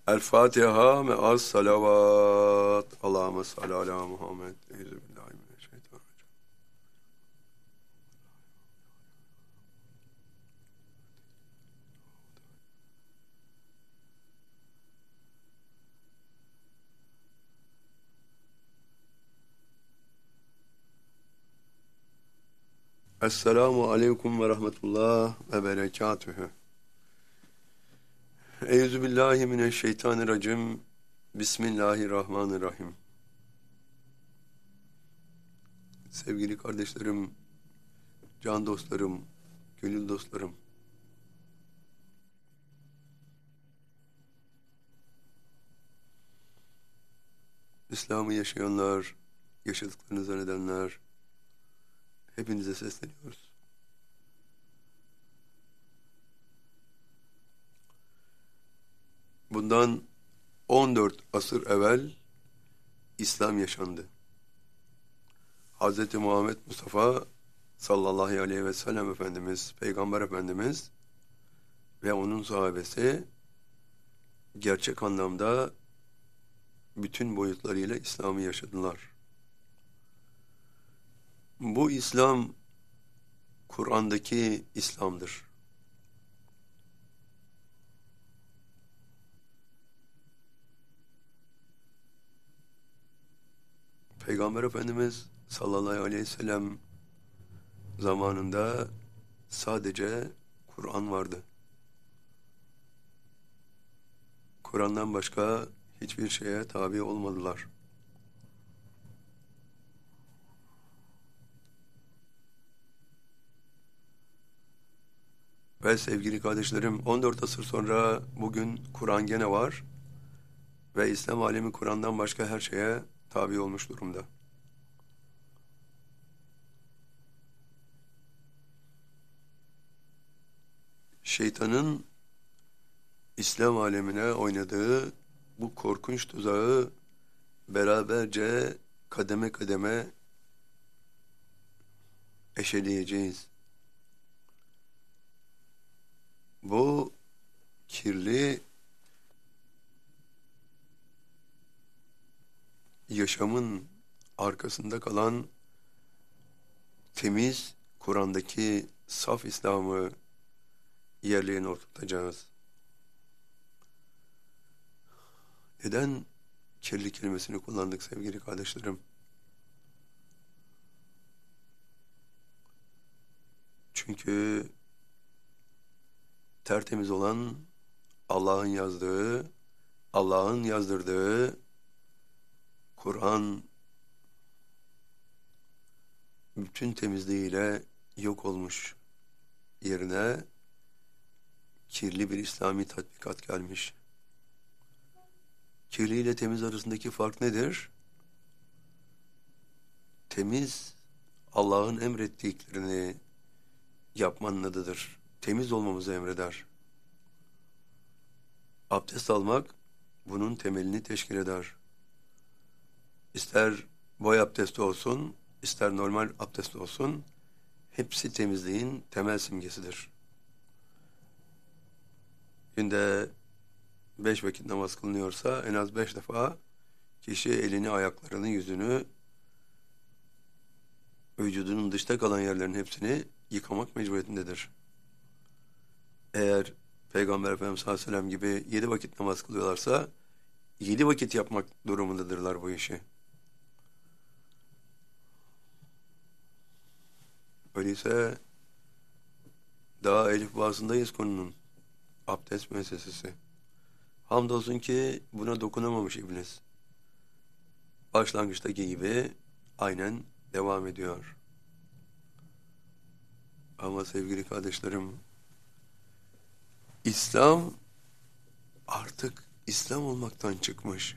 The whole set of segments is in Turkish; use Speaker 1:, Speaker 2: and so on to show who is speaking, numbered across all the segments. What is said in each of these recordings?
Speaker 1: El Fatiha me'as salavat. Allahümme salli ala Muhammed. Euzubillahimineşşeytanirracim. Esselamu aleyküm ve rahmetullah ve berekatühü. Euzubillahimineşşeytanirracim. Bismillahirrahmanirrahim. Sevgili kardeşlerim, can dostlarım, gönül dostlarım. İslam'ı yaşayanlar, yaşadıklarını zannedenler, hepinize sesleniyoruz. Bundan 14 asır evvel İslam yaşandı. Hz. Muhammed Mustafa sallallahu aleyhi ve sellem Efendimiz, Peygamber Efendimiz ve onun sahabesi gerçek anlamda bütün boyutlarıyla İslam'ı yaşadılar. Bu İslam, Kur'an'daki İslam'dır. Peygamber Efendimiz sallallahu aleyhi ve sellem zamanında sadece Kur'an vardı. Kur'an'dan başka hiçbir şeye tabi olmadılar. Ve sevgili kardeşlerim, 14 asır sonra bugün Kur'an gene var ve İslam alemi Kur'an'dan başka her şeye tabi olmuş durumda. Şeytanın İslam alemine oynadığı bu korkunç tuzağı beraberce kademe kademe eşeleyeceğiz. Bu kirli yaşamın arkasında kalan temiz Kur'an'daki saf İslam'ı yerlerine oturtacağız. Neden kirli kelimesini kullandık sevgili kardeşlerim? Çünkü tertemiz olan Allah'ın yazdığı, Allah'ın yazdırdığı Kur'an bütün temizliğiyle yok olmuş, yerine kirli bir İslami tatbikat gelmiş. Kirli ile temiz arasındaki fark nedir? Temiz, Allah'ın emrettiklerini yapmanın adıdır. Temiz olmamızı emreder. Abdest almak bunun temelini teşkil eder. İster boy abdesti olsun, ister normal abdest olsun, hepsi temizliğin temel simgesidir. Günde 5 vakit namaz kılınıyorsa en az 5 defa kişi elini, ayaklarını, yüzünü, vücudunun dışta kalan yerlerin hepsini yıkamak mecburiyetindedir. Eğer Peygamber Efendimiz sallallahu aleyhi ve sellem gibi 7 vakit namaz kılıyorlarsa 7 vakit yapmak durumundadırlar bu işi. Öyleyse daha elif bağısındayız konunun. Abdest meselesi. Hamdolsun ki buna dokunamamış iblis. Başlangıçtaki gibi aynen devam ediyor. Ama sevgili kardeşlerim, İslam artık İslam olmaktan çıkmış.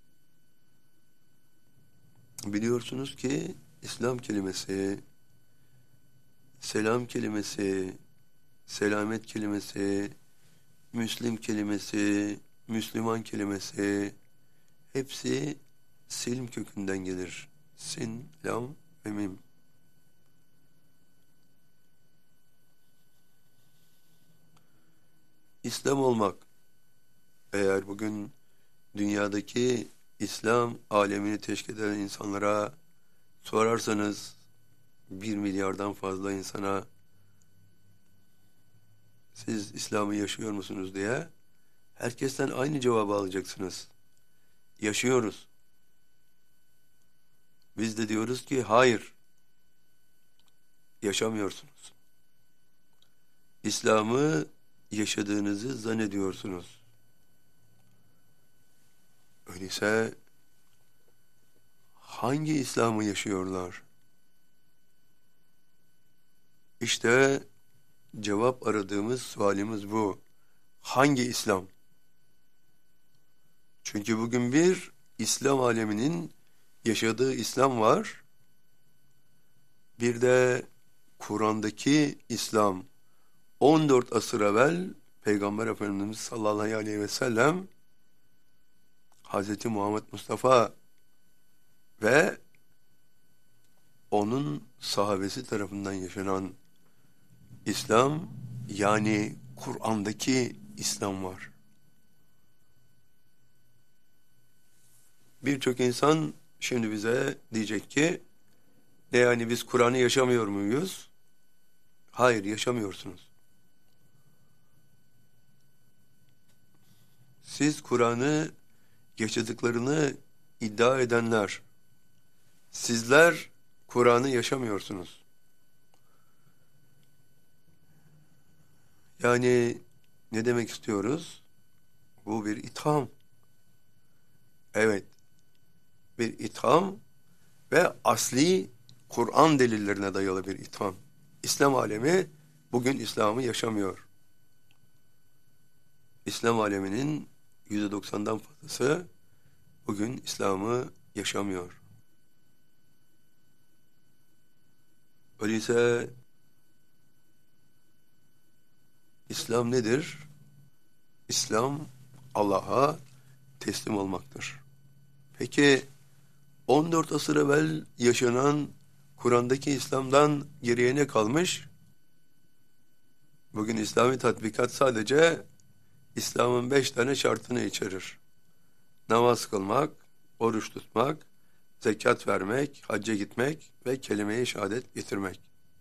Speaker 1: Biliyorsunuz ki İslam kelimesi, selam kelimesi, selamet kelimesi, Müslim kelimesi, Müslüman kelimesi hepsi silm kökünden gelir. Sin, lam ve mim. İslam olmak, eğer bugün dünyadaki İslam alemini teşkil eden insanlara sorarsanız 1 milyardan fazla insana siz İslam'ı yaşıyor musunuz diye herkesten aynı cevabı alacaksınız. Yaşıyoruz. Biz de diyoruz ki hayır, yaşamıyorsunuz. İslam'ı yaşadığınızı zannediyorsunuz. Öyleyse hangi İslam'ı yaşıyorlar? İşte cevap aradığımız sualimiz bu. Hangi İslam? Çünkü bugün bir İslam aleminin yaşadığı İslam var. Bir de Kur'an'daki İslam. 14 asır evvel Peygamber Efendimiz sallallahu aleyhi ve sellem Hz. Muhammed Mustafa ve onun sahabesi tarafından yaşanan İslam, yani Kur'an'daki İslam var. Birçok insan şimdi bize diyecek ki, ne yani biz Kur'an'ı yaşamıyor muyuz? Hayır, yaşamıyorsunuz. Siz Kur'an'ı yaşadıklarını iddia edenler, sizler Kur'an'ı yaşamıyorsunuz. Yani ne demek istiyoruz? Bu bir itham. Evet, bir itham ve asli Kur'an delillerine dayalı bir itham. İslam alemi bugün İslam'ı yaşamıyor. İslam aleminin %90'dan fazlası bugün İslam'ı yaşamıyor. Öyleyse İslam nedir? İslam Allah'a teslim olmaktır. Peki 14 asır evvel yaşanan Kur'an'daki İslam'dan geriye ne kalmış? Bugün İslami tatbikat sadece İslam'ın 5 tane şartını içerir. Namaz kılmak, oruç tutmak, zekat vermek, hacca gitmek ve kelime-i şehadet getirmek.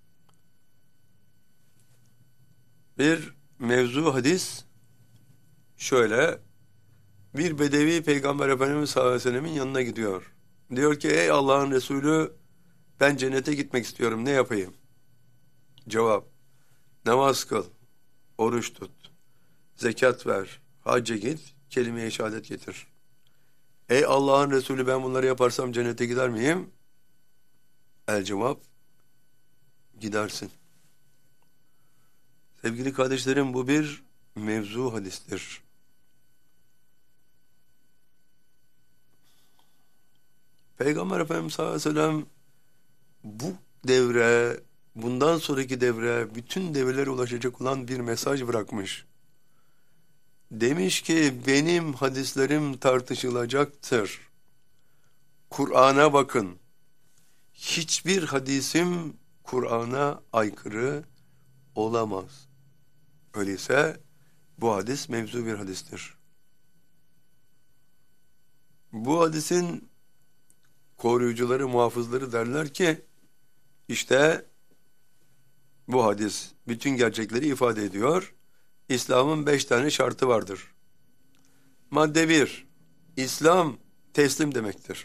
Speaker 1: Bir mevzu hadis şöyle: bir bedevi Peygamber Efendimiz sallallahu aleyhi ve sellemin yanına gidiyor. Diyor ki, ey Allah'ın Resulü, ben cennete gitmek istiyorum, ne yapayım? Cevap: namaz kıl, oruç tut, zekat ver, hacca git, kelime-i şehadet getir. Ey Allah'ın Resulü, ben bunları yaparsam cennete gider miyim? El cevap: gidersin. Sevgili kardeşlerim, bu bir mevzu hadistir. Peygamber Efendimiz sallallahu aleyhi ve sellem bu devre, bundan sonraki devre, bütün devirlere ulaşacak olan bir mesaj bırakmış. Demiş ki, benim hadislerim tartışılacaktır. Kur'an'a bakın. Hiçbir hadisim Kur'an'a aykırı olamaz. Öyleyse bu hadis mevzu bir hadistir. Bu hadisin koruyucuları, muhafızları derler ki, işte bu hadis bütün gerçekleri ifade ediyor. İslam'ın 5 tane şartı vardır. Madde 1, İslam teslim demektir.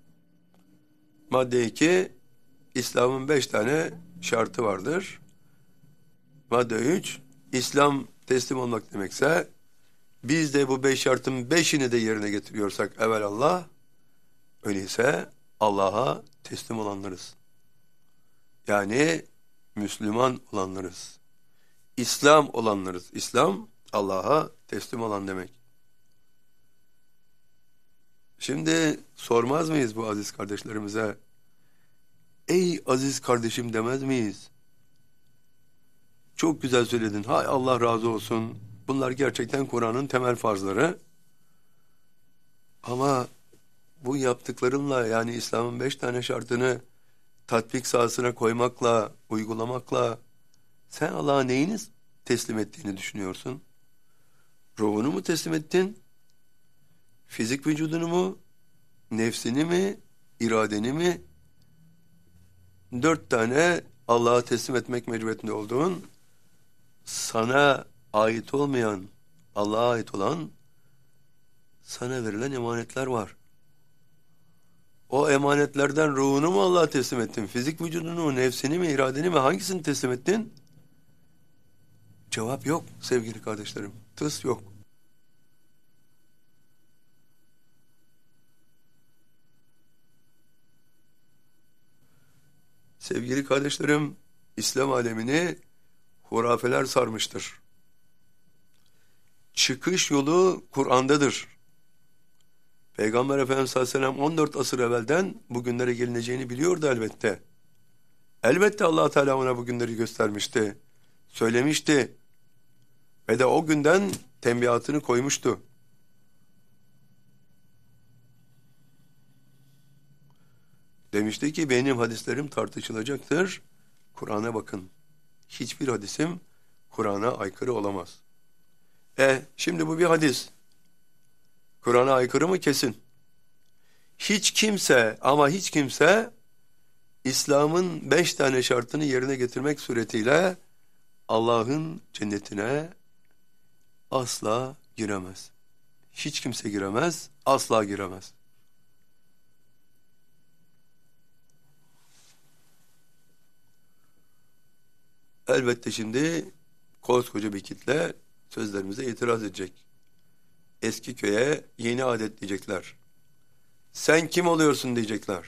Speaker 1: Madde 2, İslam'ın 5 tane şartı vardır. Madde 3, İslam teslim olmak demekse, biz de bu 5 şartın 5'ini de yerine getiriyorsak evelallah, öyleyse Allah'a teslim olanlarız. Yani Müslüman olanlarız. İslam olanlarız. İslam, Allah'a teslim olan demek. Şimdi sormaz mıyız bu aziz kardeşlerimize? Ey aziz kardeşim demez miyiz? Çok güzel söyledin. Hay Allah razı olsun. Bunlar gerçekten Kur'an'ın temel farzları. Ama bu yaptıklarınla, yani İslam'ın 5 tane şartını tatbik sahasına koymakla, uygulamakla sen Allah'a neyini teslim ettiğini düşünüyorsun? Ruhunu mu teslim ettin? Fizik vücudunu mu, nefsini mi, iradeni mi, 4 tane Allah'a teslim etmek mecburiyetinde olduğun, sana ait olmayan, Allah'a ait olan, sana verilen emanetler var. O emanetlerden ruhunu mu Allah'a teslim ettin? Fizik vücudunu mu, nefsini mi, iradeni mi, hangisini teslim ettin? Cevap yok sevgili kardeşlerim. Tıs yok. Sevgili kardeşlerim, İslam alemini hurafeler sarmıştır. Çıkış yolu Kur'an'dadır. Peygamber Efendimiz sallallahu aleyhi ve sellem 14 asır evvelden bugünlere gelineceğini biliyordu elbette. Elbette Allah Teala ona bugünleri göstermişti, söylemişti ve de o günden tembihatını koymuştu. Demişti ki benim hadislerim tartışılacaktır. Kur'an'a bakın. Hiçbir hadisim Kur'an'a aykırı olamaz. Şimdi bu bir hadis. Kur'an'a aykırı mı? Kesin. Hiç kimse ama hiç kimse İslam'ın 5 tane şartını yerine getirmek suretiyle Allah'ın cennetine asla giremez. Hiç kimse giremez, asla giremez. Elbette şimdi koskoca bir kitle sözlerimize itiraz edecek. Eski köye yeni adet diyecekler. Sen kim oluyorsun diyecekler.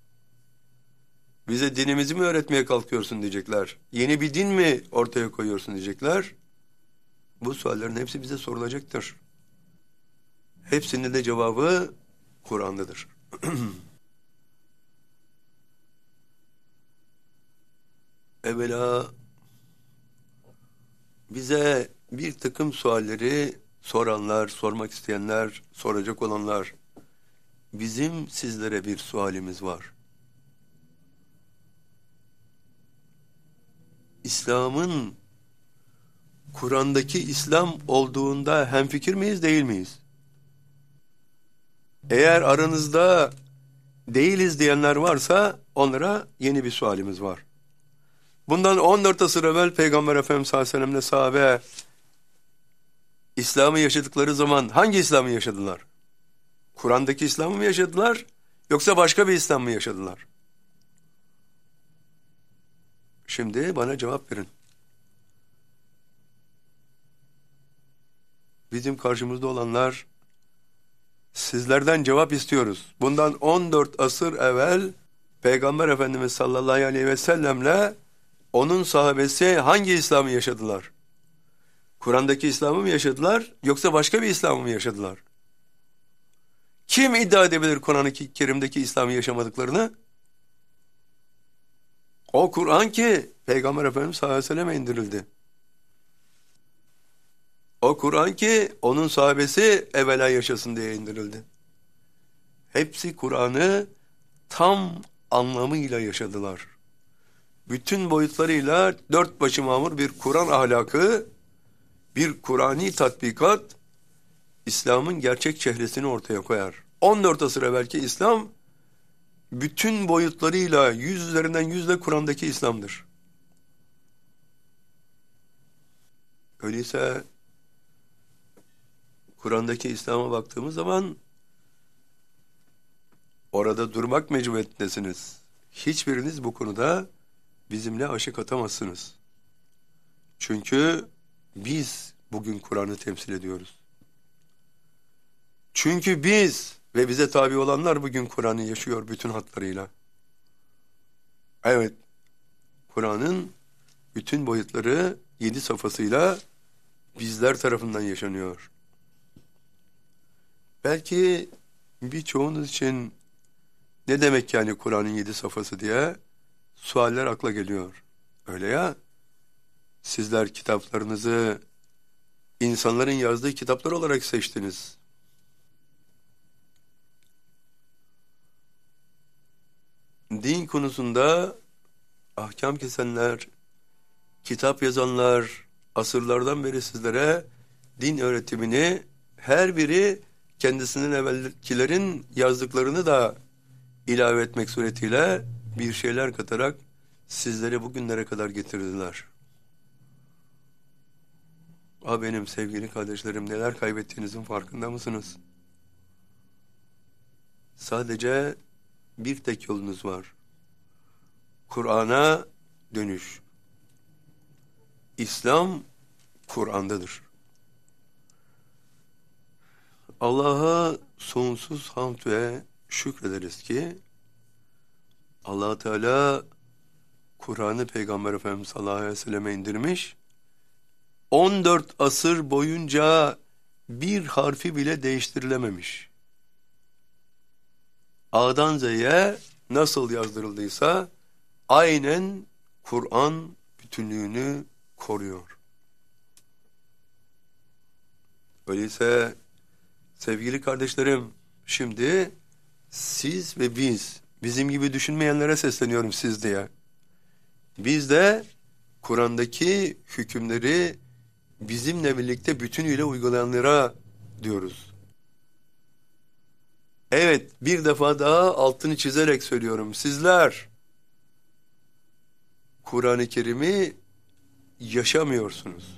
Speaker 1: Bize dinimizi mi öğretmeye kalkıyorsun diyecekler. Yeni bir din mi ortaya koyuyorsun diyecekler. Bu suallerin hepsi bize sorulacaktır. Hepsinin de cevabı Kur'an'dadır. Evvela bize bir takım sualleri soranlar, sormak isteyenler, soracak olanlar, bizim sizlere bir sualimiz var. İslam'ın Kur'an'daki İslam olduğunda hemfikir miyiz, değil miyiz? Eğer aranızda değiliz diyenler varsa onlara yeni bir sualimiz var. Bundan 14 asır evvel Peygamber Efendimiz sallallahu aleyhi ve sellem'le sahabe İslam'ı yaşadıkları zaman hangi İslam'ı yaşadılar? Kur'an'daki İslam'ı mı yaşadılar yoksa başka bir İslam mı yaşadılar? Şimdi bana cevap verin. Bizim karşımızda olanlar sizlerden cevap istiyoruz. Bundan 14 asır evvel Peygamber Efendimiz sallallahu aleyhi ve sellemle onun sahabesi hangi İslam'ı yaşadılar? Kur'an'daki İslam'ı mı yaşadılar yoksa başka bir İslam'ı mı yaşadılar? Kim iddia edebilir Kur'an-ı Kerim'deki İslam'ı yaşamadıklarını? O Kur'an ki Peygamber Efendimiz sallallahu aleyhi ve selleme indirildi. O Kur'an ki onun sahabesi evvela yaşasın diye indirildi. Hepsi Kur'an'ı tam anlamıyla yaşadılar. Bütün boyutlarıyla dört başı mamur bir Kur'an ahlakı, bir Kur'ani tatbikat, İslam'ın gerçek çehresini ortaya koyar. 14 asır evvelki İslam, bütün boyutlarıyla 100 üzerinden 100'le Kur'an'daki İslam'dır. Öyleyse Kur'an'daki İslam'a baktığımız zaman orada durmak mecburiyetindesiniz. Hiçbiriniz bu konuda bizimle aşık atamazsınız. Çünkü biz bugün Kur'an'ı temsil ediyoruz. Çünkü biz ve bize tabi olanlar bugün Kur'an'ı yaşıyor bütün hatlarıyla. Evet, Kur'an'ın bütün boyutları 7 safhasıyla bizler tarafından yaşanıyor. Belki birçoğunuz için ne demek yani Kur'an'ın 7 safhası diye sualler akla geliyor. Öyle ya, sizler kitaplarınızı insanların yazdığı kitaplar olarak seçtiniz. Din konusunda ahkam kesenler, kitap yazanlar asırlardan beri sizlere din öğretimini her biri kendisinden evvelkilerin yazdıklarını da ilave etmek suretiyle bir şeyler katarak sizleri bugünlere kadar getirdiler. Benim sevgili kardeşlerim, neler kaybettiğinizin farkında mısınız? Sadece bir tek yolunuz var. Kur'an'a dönüş. İslam Kur'an'dadır. Allah'a sonsuz hamd ve şükrederiz ki Allah Teala Kur'an'ı Peygamber Efendimiz sallallahu aleyhi ve selleme indirmiş. 14 asır boyunca bir harfi bile değiştirilememiş. A'dan Z'ye nasıl yazdırıldıysa aynen Kur'an bütünlüğünü koruyor. Öyleyse sevgili kardeşlerim, şimdi siz ve bizim gibi düşünmeyenlere sesleniyorum siz diye. Biz de Kur'an'daki hükümleri bizimle birlikte bütünüyle uygulayanlara diyoruz. Evet, bir defa daha altını çizerek söylüyorum. Sizler Kur'an-ı Kerim'i yaşamıyorsunuz.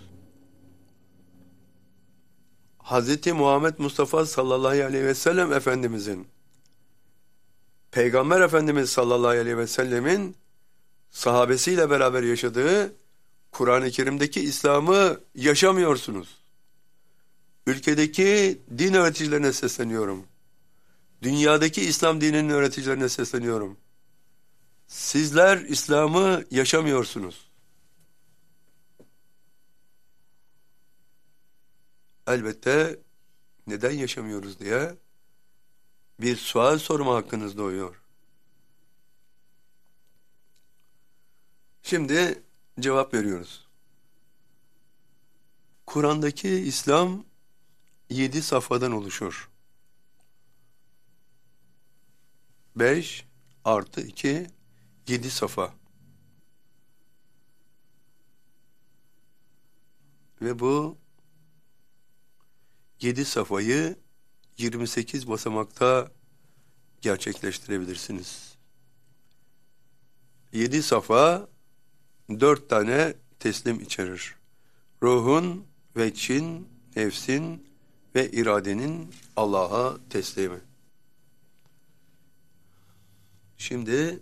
Speaker 1: Hz. Muhammed Mustafa sallallahu aleyhi ve sellem Efendimizin, Peygamber Efendimiz sallallahu aleyhi ve sellemin sahabesiyle beraber yaşadığı Kur'an-ı Kerim'deki İslam'ı yaşamıyorsunuz. Ülkedeki din öğreticilerine sesleniyorum. Dünyadaki İslam dininin öğreticilerine sesleniyorum. Sizler İslam'ı yaşamıyorsunuz. Elbette neden yaşamıyoruz diye bir sual sorma hakkınız doğuyor. Şimdi cevap veriyoruz. Kur'an'daki İslam 7 safhadan oluşur. 5 artı 2, 7 safa. Ve bu 7 safayı 28 basamakta gerçekleştirebilirsiniz. 7 safa 4 tane teslim içerir. Ruhun, veçin, nefsin ve iradenin Allah'a teslimi. Şimdi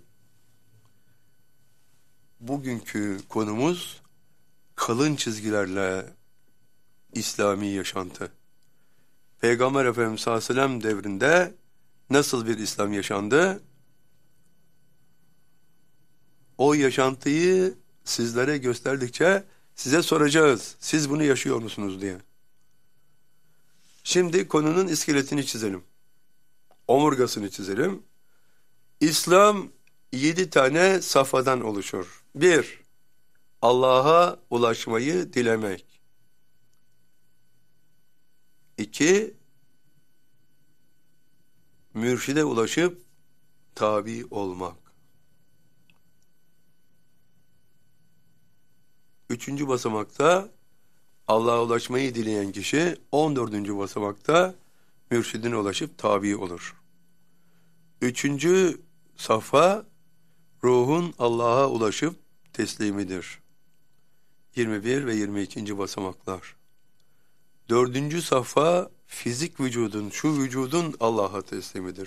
Speaker 1: bugünkü konumuz kalın çizgilerle İslami yaşantı. Peygamber Efendimiz sallallahu aleyhi ve sellem devrinde nasıl bir İslam yaşandı? O yaşantıyı sizlere gösterdikçe size soracağız. Siz bunu yaşıyor musunuz diye. Şimdi konunun iskeletini çizelim. Omurgasını çizelim. İslam 7 tane safhadan oluşur. 1. Allah'a ulaşmayı dilemek. 2. Mürşide ulaşıp tabi olmak. 3. basamakta Allah'a ulaşmayı dileyen kişi 14. basamakta mürşidine ulaşıp tabi olur. 3. safha ruhun Allah'a ulaşıp teslimidir. 21 ve 22. basamaklar. 4. safha fizik vücudun, şu vücudun Allah'a teslimidir.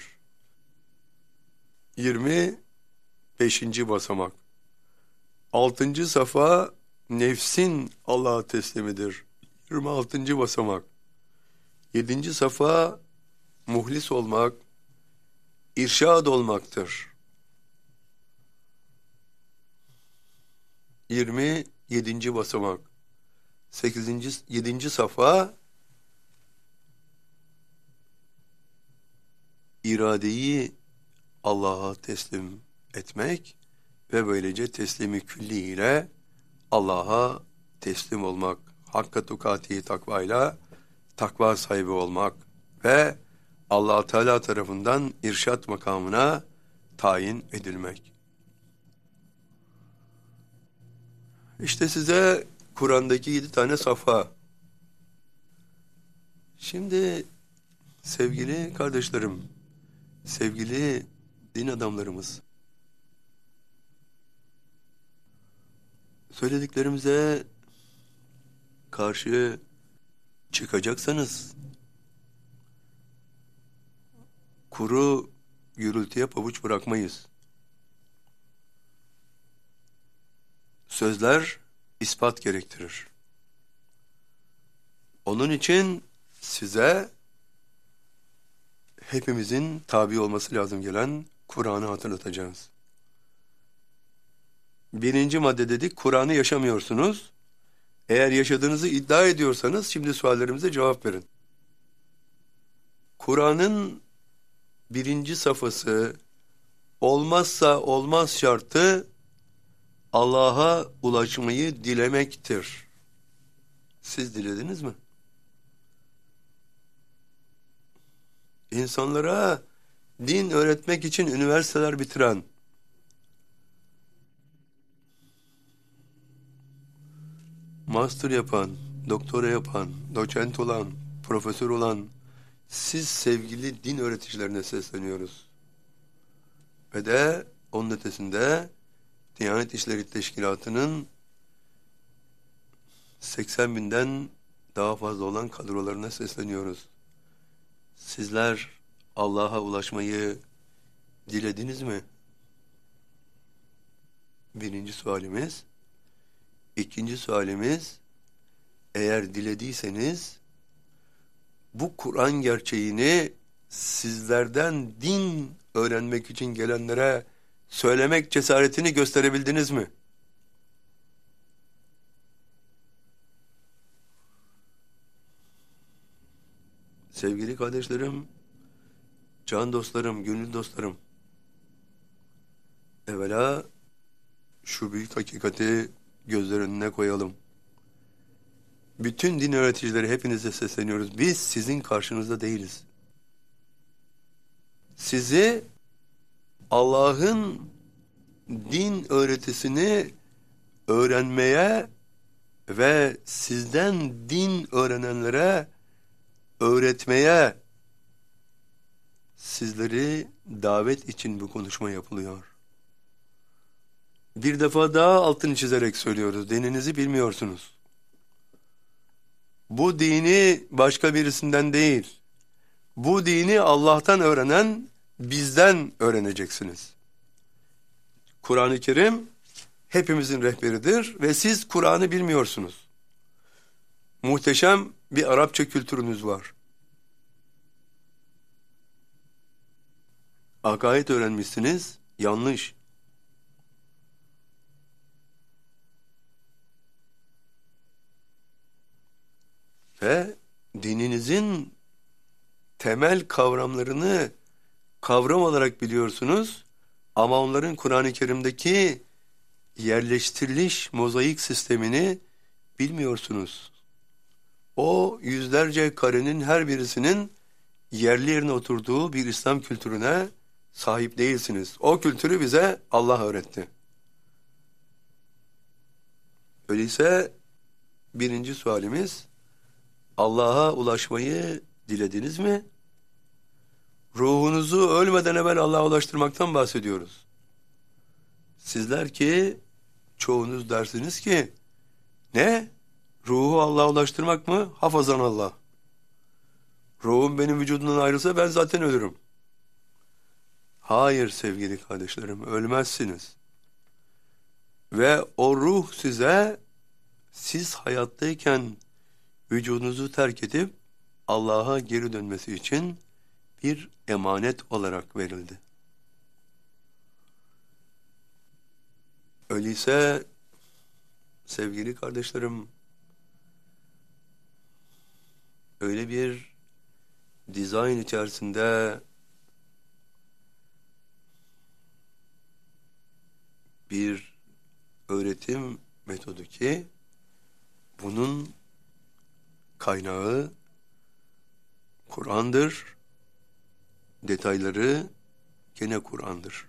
Speaker 1: 25. basamak. 6. safha nefsin Allah'a teslimidir. 26. basamak. 7. safha muhlis olmak, irşad olmaktır. 27. basamak. 7. safha iradeyi Allah'a teslim etmek ve böylece teslimi külli ile Allah'a teslim olmak, hakka tukati takvayla takva sahibi olmak ve Allah Teala tarafından irşat makamına tayin edilmek. İşte size Kur'an'daki 7 tane safha. Şimdi Sevgili kardeşlerim, sevgili din adamlarımız, söylediklerimize karşı çıkacaksanız, kuru gürültüye pabuç bırakmayız. Sözler ispat gerektirir. Onun için size hepimizin tabi olması lazım gelen Kur'an'ı hatırlatacağız. Birinci madde dedik, Kur'an'ı yaşamıyorsunuz. Eğer yaşadığınızı iddia ediyorsanız şimdi suallerimize cevap verin. Kur'an'ın birinci safhası, olmazsa olmaz şartı Allah'a ulaşmayı dilemektir. Siz dilediniz mi? İnsanlara din öğretmek için üniversiteler bitiren, master yapan, doktora yapan, doçent olan, profesör olan siz sevgili din öğreticilerine sesleniyoruz. Ve de onun ötesinde Diyanet İşleri Teşkilatı'nın 80 binden daha fazla olan kadrolarına sesleniyoruz. Sizler Allah'a ulaşmayı dilediniz mi? Birinci sualimiz. İkinci sualimiz, eğer dilediyseniz bu Kur'an gerçeğini sizlerden din öğrenmek için gelenlere söylemek cesaretini gösterebildiniz mi? Sevgili kardeşlerim, can dostlarım, gönül dostlarım, evvela şu büyük hakikati gözler önüne koyalım. Bütün din öğreticileri hepinize sesleniyoruz. Biz sizin karşınızda değiliz. Sizi Allah'ın din öğretisini öğrenmeye ve sizden din öğrenenlere öğretmeye sizleri davet için bu konuşma yapılıyor. Bir defa daha altını çizerek söylüyoruz. Dininizi bilmiyorsunuz. Bu dini başka birisinden değil, bu dini Allah'tan öğrenen bizden öğreneceksiniz. Kur'an-ı Kerim hepimizin rehberidir ve siz Kur'an'ı bilmiyorsunuz. Muhteşem bir Arapça kültürünüz var. Akaid öğrenmişsiniz, yanlış. Ve dininizin temel kavramlarını kavram olarak biliyorsunuz ama onların Kur'an-ı Kerim'deki yerleştiriliş mozaik sistemini bilmiyorsunuz. O yüzlerce karenin her birisinin yerli yerine oturduğu bir İslam kültürüne sahip değilsiniz. O kültürü bize Allah öğretti. Öyleyse birinci sualimiz, Allah'a ulaşmayı dilediniz mi? Ruhunuzu ölmeden evvel Allah'a ulaştırmaktan bahsediyoruz. Sizler ki çoğunuz dersiniz ki ne? Ruhu Allah'a ulaştırmak mı? Hafazan Allah. Ruhum benim vücudumdan ayrılsa ben zaten ölürüm. Hayır sevgili kardeşlerim, ölmezsiniz. Ve o ruh size, siz hayattayken vücudunuzu terk edip Allah'a geri dönmesi için bir emanet olarak verildi. Öyleyse sevgili kardeşlerim, öyle bir dizayn içerisinde bir öğretim metodu ki bunun kaynağı Kur'an'dır, detayları gene Kur'an'dır.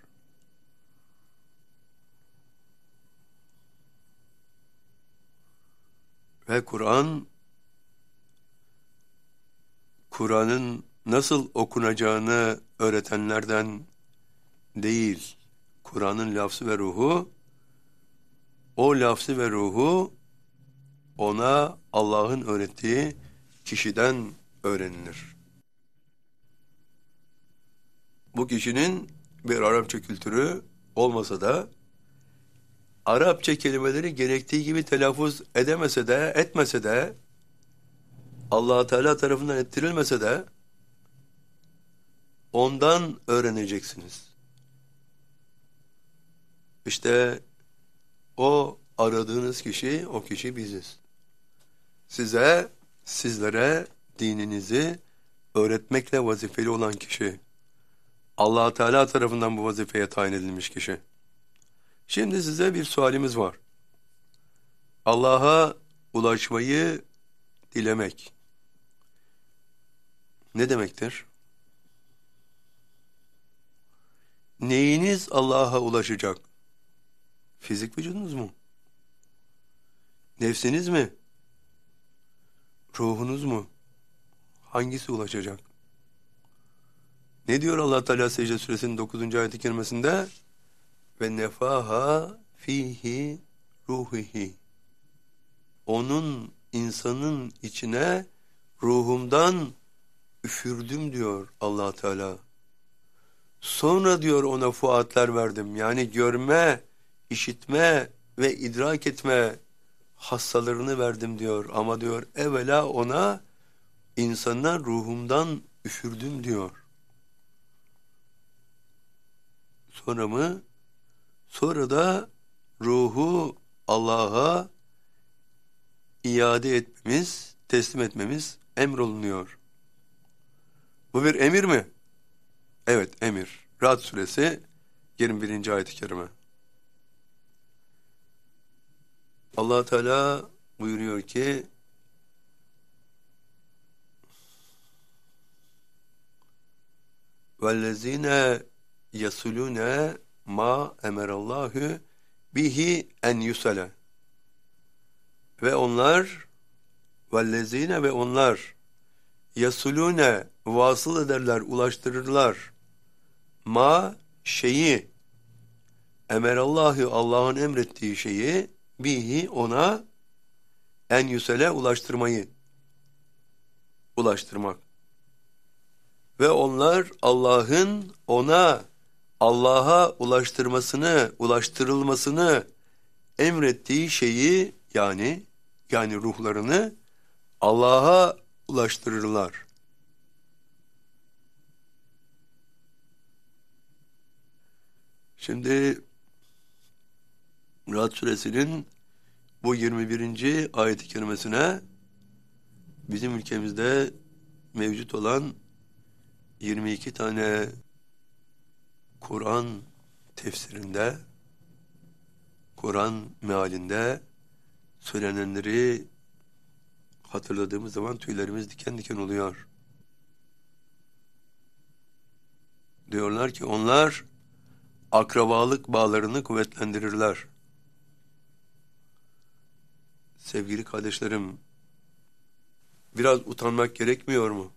Speaker 1: Ve Kur'an'ın nasıl okunacağını öğretenlerden değil, Kur'an'ın lafzı ve ruhu, o lafzı ve ruhu ona Allah'ın öğrettiği kişiden öğrenilir. Bu kişinin bir Arapça kültürü olmasa da, Arapça kelimeleri gerektiği gibi telaffuz edemese de, etmese de, Allah Teala tarafından ettirilmese de, ondan öğreneceksiniz. İşte o aradığınız kişi, o kişi biziz. Sizlere dininizi öğretmekle vazifeli olan kişi, Allah Teala tarafından bu vazifeye tayin edilmiş kişi. Şimdi size bir sualimiz var. Allah'a ulaşmayı dilemek ne demektir? Neyiniz Allah'a ulaşacak? Fizik vücudunuz mu? Nefsiniz mi? Ruhunuz mu? Hangisi ulaşacak? Ne diyor Allah Teala Secde Suresinin 9. ayet-i kerimesinde? Ve nefaha fihi ruhihi. Onun, insanın içine ruhumdan üfürdüm diyor Allah Teala. Sonra diyor ona fuatlar verdim. Yani görme, işitme ve idrak etme hassalarını verdim diyor. Ama diyor evvela ona, insana ruhumdan üfürdüm diyor. Sonra mı? Sonra da ruhu Allah'a iade etmemiz, teslim etmemiz emrolunuyor. Bu bir emir mi? Evet, emir. Ra'd suresi 21. ayet-i kerime. Allah Teala buyuruyor ki وَالَّذ۪ينَ يَسُلُونَ مَا اَمَرَ اللّٰهُ bihi en yusale. Ve onlar, vellezine ve onlar, yasulune vasıl ederler, ulaştırırlar. Ma şeyi, emerallahu Allah'ın emrettiği şeyi, bihi ona, en yusale ulaştırmayı, ulaştırmak. Ve onlar Allah'ın ona, Allah'a ulaştırılmasını emrettiği şeyi, yani ruhlarını Allah'a ulaştırırlar. Şimdi Ra'd suresinin bu 21. ayet-i kerimesine bizim ülkemizde mevcut olan 22 tane Kur'an tefsirinde, Kur'an mealinde söylenenleri hatırladığımız zaman tüylerimiz diken diken oluyor. Diyorlar ki onlar akrabalık bağlarını kuvvetlendirirler. Sevgili kardeşlerim, biraz utanmak gerekmiyor mu?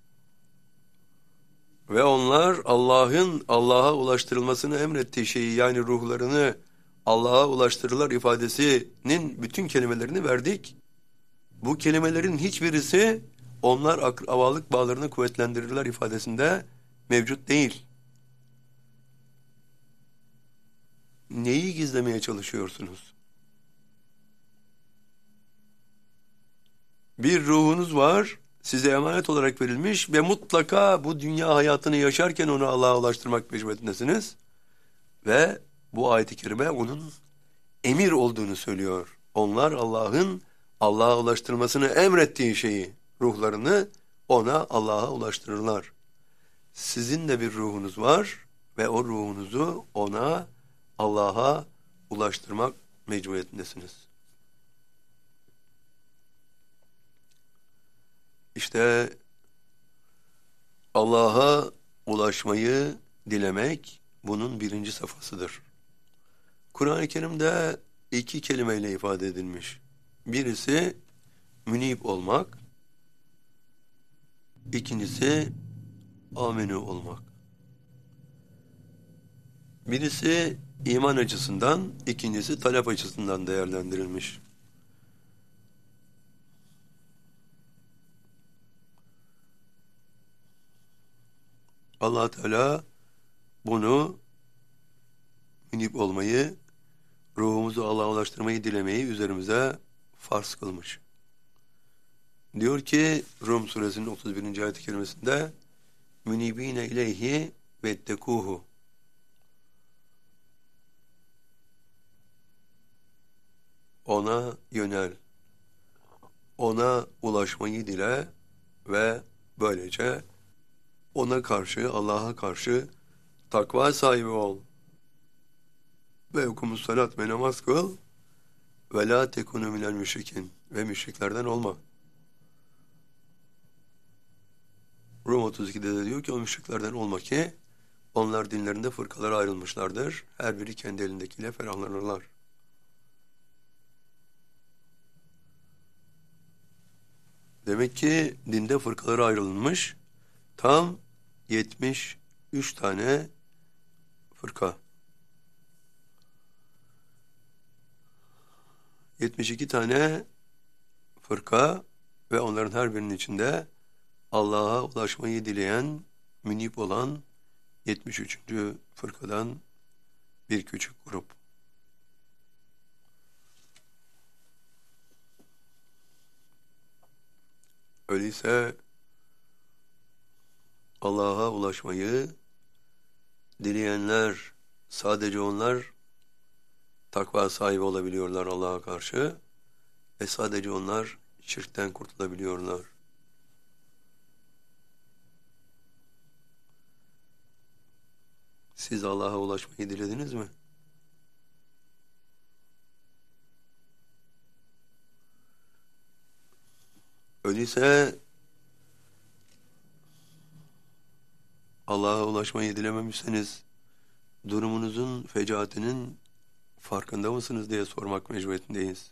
Speaker 1: Ve onlar Allah'ın Allah'a ulaştırılmasını emrettiği şeyi, yani ruhlarını Allah'a ulaştırırlar ifadesinin bütün kelimelerini verdik. Bu kelimelerin hiçbirisi onlar akrabalık bağlarını kuvvetlendirirler ifadesinde mevcut değil. Neyi gizlemeye çalışıyorsunuz? Bir ruhunuz var, size emanet olarak verilmiş ve mutlaka bu dünya hayatını yaşarken onu Allah'a ulaştırmak mecburiyetindesiniz. Ve bu ayet-i kerime onun emir olduğunu söylüyor. Onlar Allah'ın Allah'a ulaştırmasını emrettiği şeyi, ruhlarını ona Allah'a ulaştırırlar. Sizin de bir ruhunuz var ve o ruhunuzu ona, Allah'a ulaştırmak mecburiyetindesiniz. İşte Allah'a ulaşmayı dilemek bunun birinci safhasıdır. Kur'an-ı Kerim'de iki kelimeyle ifade edilmiş. Birisi münib olmak, ikincisi amenü olmak. Birisi iman açısından, ikincisi talep açısından değerlendirilmiş. Allah Teala bunu münip olmayı, ruhumuzu Allah'a ulaştırmayı dilemeyi üzerimize farz kılmış. Diyor ki Rum suresinin 31. ayet-i kerimesinde münibine ileyhi vettekuhu, ona yönel, ona ulaşmayı dile ve böylece ona karşı, Allah'a karşı takva sahibi ol. Ve okumus salat ve namaz kıl ve la tekunu minel müşrikin, ve müşriklerden olma. Rum 32'de de diyor ki o müşriklerden olma ki onlar dinlerinde fırkalara ayrılmışlardır. Her biri kendi elindekiyle ferahlanırlar. Demek ki dinde fırkalara ayrılmış tam 73 tane fırka. 72 tane fırka ve onların her birinin içinde Allah'a ulaşmayı dileyen, münip olan 73. fırkadan bir küçük grup. Öyleyse Allah'a ulaşmayı dileyenler, sadece onlar takva sahibi olabiliyorlar Allah'a karşı ve sadece onlar şirkten kurtulabiliyorlar. Siz Allah'a ulaşmayı dilediniz mi? Öyleyse Allah'a ulaşmayı dilememişseniz durumunuzun fecaatinin farkında mısınız diye sormak mecburiyetindeyiz.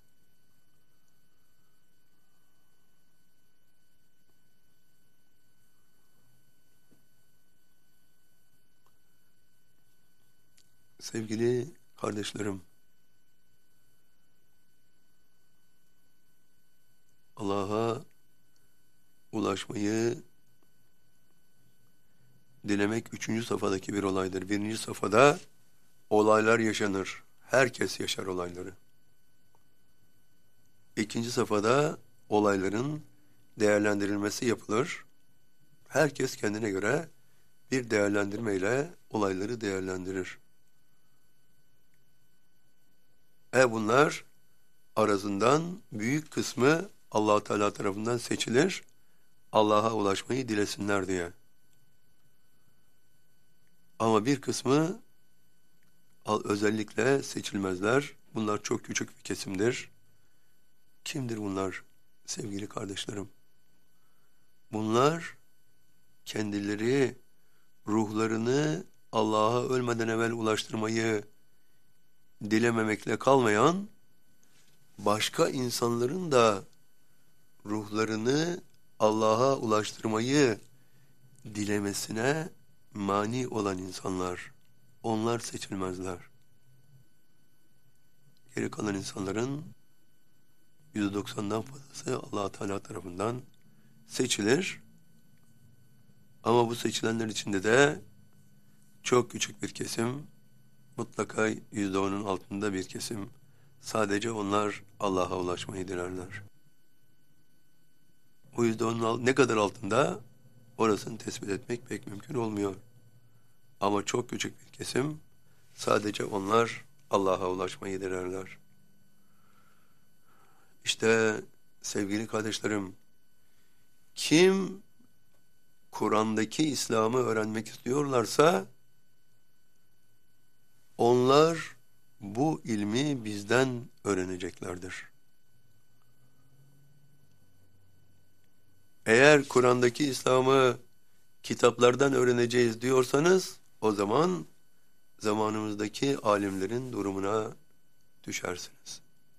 Speaker 1: Sevgili kardeşlerim, Allah'a ulaşmayı dilemek 3. safhadaki bir olaydır. 1. safhada olaylar yaşanır. Herkes yaşar olayları. 2. safhada olayların değerlendirilmesi yapılır. Herkes kendine göre bir değerlendirmeyle olayları değerlendirir. Bunlar arasından büyük kısmı Allah Teala tarafından seçilir. Allah'a ulaşmayı dilesinler diye. Ama bir kısmı özellikle seçilmezler. Bunlar çok küçük bir kesimdir. Kimdir bunlar sevgili kardeşlerim? Bunlar kendileri ruhlarını Allah'a ölmeden evvel ulaştırmayı dilememekle kalmayan, başka insanların da ruhlarını Allah'a ulaştırmayı dilemesine mani olan insanlar. Onlar seçilmezler. Geri kalan insanların %90'dan fazlası Allah Teala tarafından seçilir. Ama bu seçilenler içinde de çok küçük bir kesim, mutlaka %10'un altında bir kesim, sadece onlar Allah'a ulaşmayı dilerler. Bu %10'un ne kadar altında orasını tespit etmek pek mümkün olmuyor. Ama çok küçük bir kesim, sadece onlar Allah'a ulaşmayı dilerler. İşte sevgili kardeşlerim, kim Kur'an'daki İslam'ı öğrenmek istiyorlarsa onlar bu ilmi bizden öğreneceklerdir. Eğer Kur'an'daki İslam'ı kitaplardan öğreneceğiz diyorsanız o zaman zamanımızdaki alimlerin durumuna düşersiniz.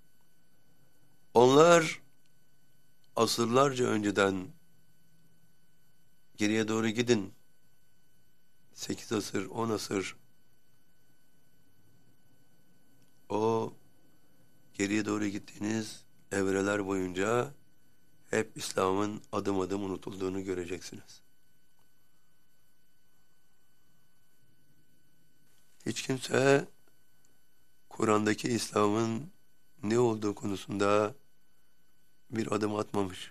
Speaker 1: Onlar asırlarca önceden, geriye doğru gidin, 8 asır, 10 asır o geriye doğru gittiğiniz evreler boyunca hep İslam'ın adım adım unutulduğunu göreceksiniz. Hiç kimse Kur'an'daki İslam'ın ne olduğu konusunda bir adım atmamış.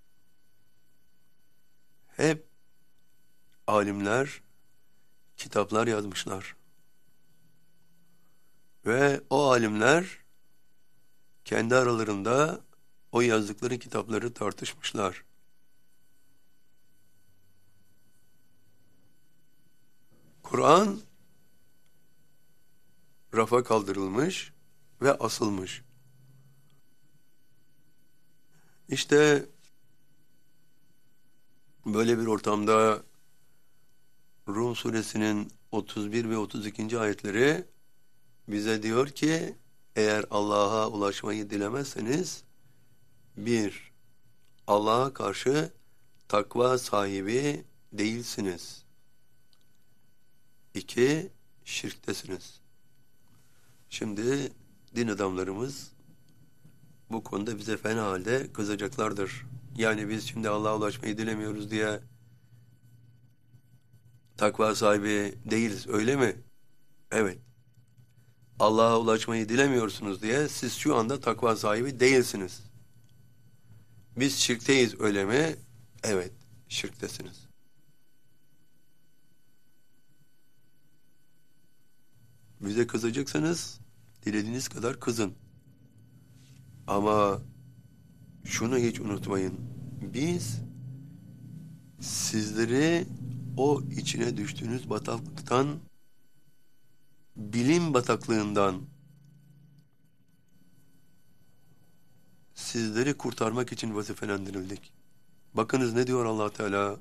Speaker 1: Hep alimler kitaplar yazmışlar. Ve o alimler kendi aralarında o yazdıkları kitapları tartışmışlar. Kur'an rafa kaldırılmış ve asılmış. İşte böyle bir ortamda Rum suresinin 31 ve 32. ayetleri bize diyor ki eğer Allah'a ulaşmayı dilemezseniz bir, Allah'a karşı takva sahibi değilsiniz. İki, şirktesiniz. Şimdi din adamlarımız bu konuda bize fena halde kızacaklardır. Yani biz şimdi Allah'a ulaşmayı dilemiyoruz diye takva sahibi değiliz, öyle mi? Evet. Allah'a ulaşmayı dilemiyorsunuz diye siz şu anda takva sahibi değilsiniz. Biz şirkteyiz, öyle mi? Evet, şirktesiniz. Bize kızacaksanız dilediğiniz kadar kızın. Ama şunu hiç unutmayın. Biz sizleri o içine düştüğünüz bataklıktan, bilim bataklığından sizleri kurtarmak için vazifelendirildik. Bakınız ne diyor Allah Teala?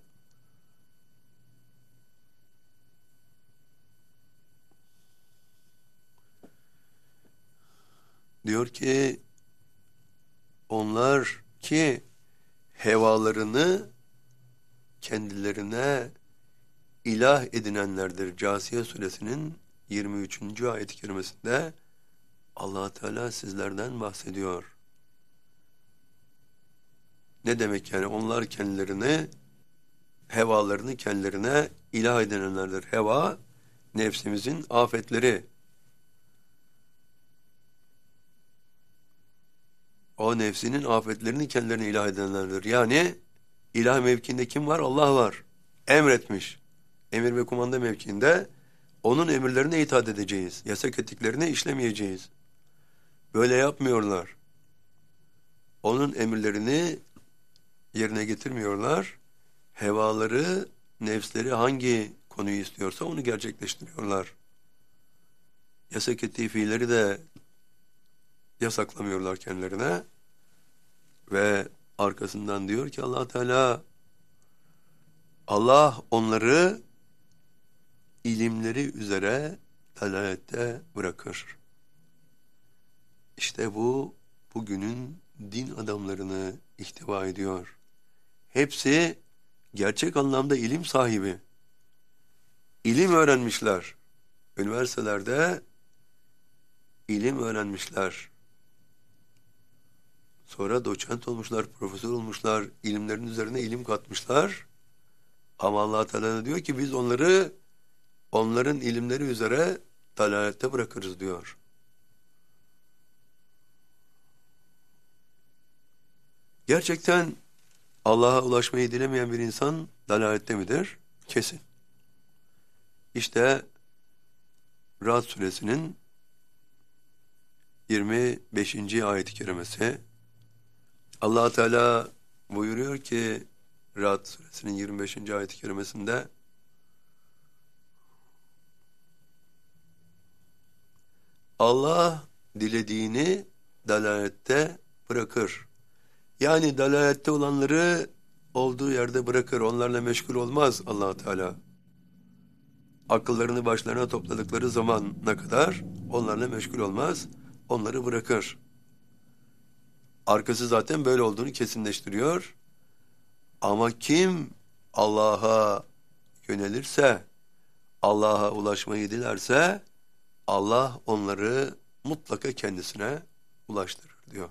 Speaker 1: Diyor ki onlar ki hevalarını kendilerine ilah edinenlerdir. Câsiye suresinin 23. ayet-i kerimesinde Allah Teala sizlerden bahsediyor. Ne demek yani? Onlar kendilerine, hevalarını kendilerine ilah edinenlerdir. Heva, nefsimizin afetleri. O nefsinin afetlerini kendilerine ilah edinenlerdir. Yani ilah mevkiinde kim var? Allah var. Emretmiş. Emir ve kumanda mevkiinde onun emirlerine itaat edeceğiz. Yasak ettiklerine işlemeyeceğiz. Böyle yapmıyorlar. Onun emirlerini yerine getirmiyorlar. Hevaları, nefsleri hangi konuyu istiyorsa onu gerçekleştiriyorlar. Yasak ettiği fiilleri de yasaklamıyorlar kendilerine. Ve arkasından diyor ki Allah Teala, Allah onları ilimleri üzere dalalette bırakır. İşte bu bugünün din adamlarını ihtiva ediyor. Hepsi gerçek anlamda ilim sahibi. İlim öğrenmişler. Üniversitelerde ilim öğrenmişler. Sonra doçent olmuşlar, profesör olmuşlar, ilimlerin üzerine ilim katmışlar. Ama Allah Teala diyor ki biz onları onların ilimleri üzere dalalette bırakırız diyor. Gerçekten Allah'a ulaşmayı dilemeyen bir insan dalalette midir? Kesin. İşte Ra'd suresinin 25. ayet-i kerimesi Allah Teala buyuruyor ki Ra'd suresinin 25. ayet-i kerimesinde Allah dilediğini dalalette bırakır. Yani dalalette olanları olduğu yerde bırakır. Onlarla meşgul olmaz Allah Teala. Akıllarını başlarına topladıkları zamana kadar onlarla meşgul olmaz. Onları bırakır. Arkası zaten böyle olduğunu kesinleştiriyor. Ama kim Allah'a yönelirse, Allah'a ulaşmayı dilerse Allah onları mutlaka kendisine ulaştırır diyor.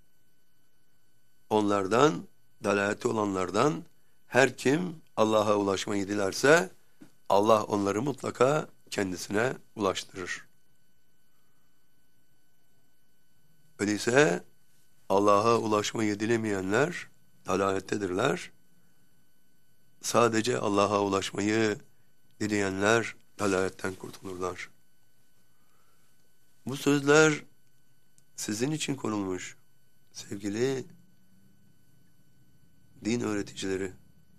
Speaker 1: Onlardan, dalaleti olanlardan her kim Allah'a ulaşmayı dilerse Allah onları mutlaka kendisine ulaştırır. Öyleyse Allah'a ulaşmayı dilemeyenler dalalettedirler. Sadece Allah'a ulaşmayı dileyenler dalaletten kurtulurlar. Bu sözler sizin için konulmuş sevgili din öğreticileri.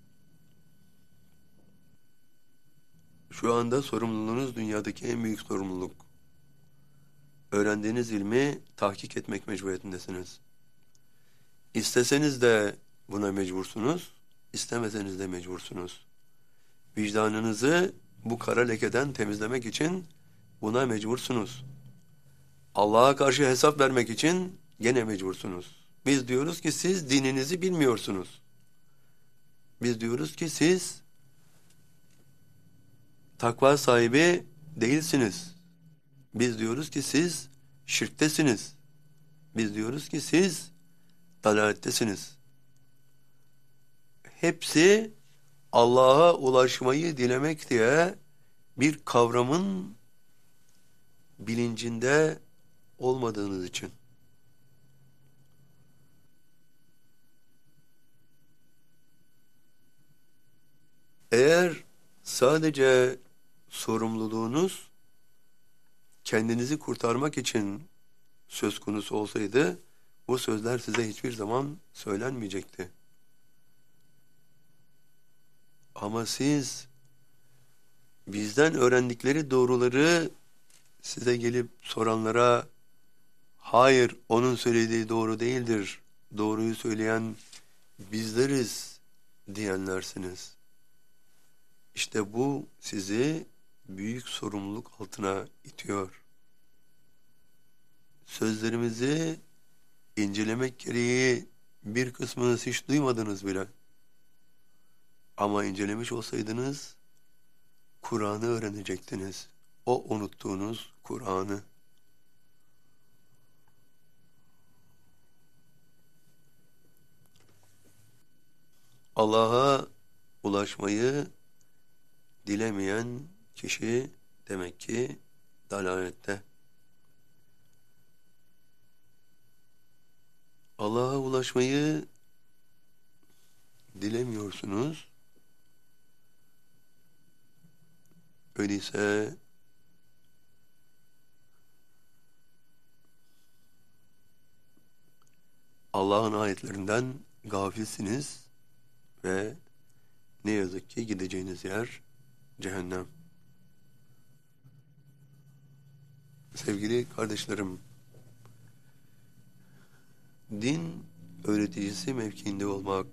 Speaker 1: Şu anda sorumluluğunuz dünyadaki en büyük sorumluluk. Öğrendiğiniz ilmi tahkik etmek mecburiyetindesiniz. İsteseniz de buna mecbursunuz, istemeseniz de mecbursunuz. Vicdanınızı bu kara lekeden temizlemek için buna mecbursunuz. Allah'a karşı hesap vermek için gene mecbursunuz. Biz diyoruz ki siz dininizi bilmiyorsunuz. Biz diyoruz ki siz takva sahibi değilsiniz. Biz diyoruz ki siz şirktesiniz. Biz diyoruz ki siz dalalettesiniz. Hepsi Allah'a ulaşmayı dilemek diye bir kavramın bilincinde olmadığınız için. Eğer sadece sorumluluğunuz kendinizi kurtarmak için söz konusu olsaydı bu sözler size hiçbir zaman söylenmeyecekti. Ama siz bizden öğrendikleri doğruları size gelip soranlara hayır onun söylediği doğru değildir, doğruyu söyleyen bizleriz diyenlersiniz. İşte bu sizi büyük sorumluluk altına itiyor. Sözlerimizi incelemek gereği bir kısmını hiç duymadınız bile. Ama incelemiş olsaydınız Kur'an'ı öğrenecektiniz. O unuttuğunuz Kur'an'ı. Allah'a ulaşmayı dilemeyen kişi demek ki dalalette. Allah'a ulaşmayı dilemiyorsunuz. Öyleyse Allah'ın ayetlerinden gafilsiniz ve ne yazık ki gideceğiniz yer cehennem. Sevgili kardeşlerim, din öğreticisi mevkiinde olmak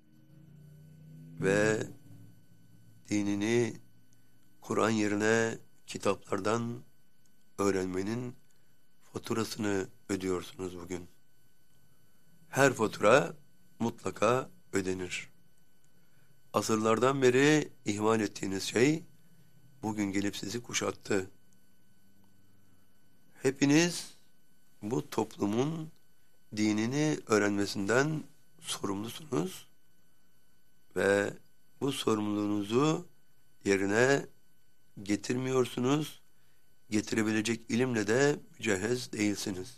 Speaker 1: ve dinini Kur'an yerine kitaplardan öğrenmenin faturasını ödüyorsunuz bugün. Her fatura mutlaka ödenir. Asırlardan beri ihmal ettiğiniz şey bugün gelip sizi kuşattı. Hepiniz bu toplumun dinini öğrenmesinden sorumlusunuz ve bu sorumluluğunuzu yerine getirmiyorsunuz, getirebilecek ilimle de mücehhez değilsiniz.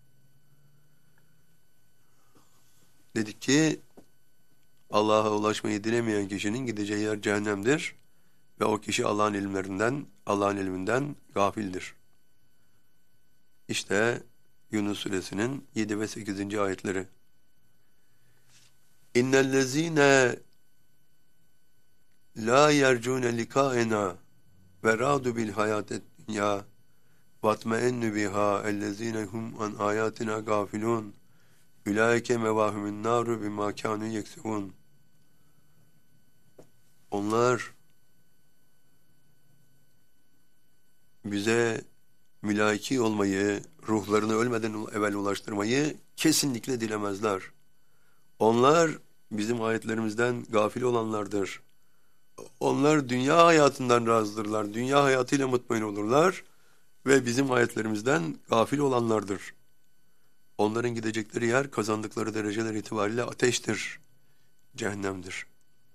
Speaker 1: Dedik ki Allah'a ulaşmayı dilemeyen kişinin gideceği yer cehennemdir ve o kişi Allah'ın ilminden gafildir. İşte Yunus suresinin 7 ve 8. ayetleri. İnnellezîne la yercûne likâena ve râdu bil hayâted dünyâ vatmeennü biha ellezîne hum an âyâtina gâfilûn ulaike mevâhumun nâru bimâ kânû yeksibûn. Onlar bize mülaki olmayı, ruhlarını ölmeden evvel ulaştırmayı kesinlikle dilemezler. Onlar bizim ayetlerimizden gafil olanlardır. Onlar dünya hayatından razıdırlar. Dünya hayatıyla mutmain olurlar ve bizim ayetlerimizden gafil olanlardır. Onların gidecekleri yer kazandıkları dereceler itibariyle ateştir, cehennemdir.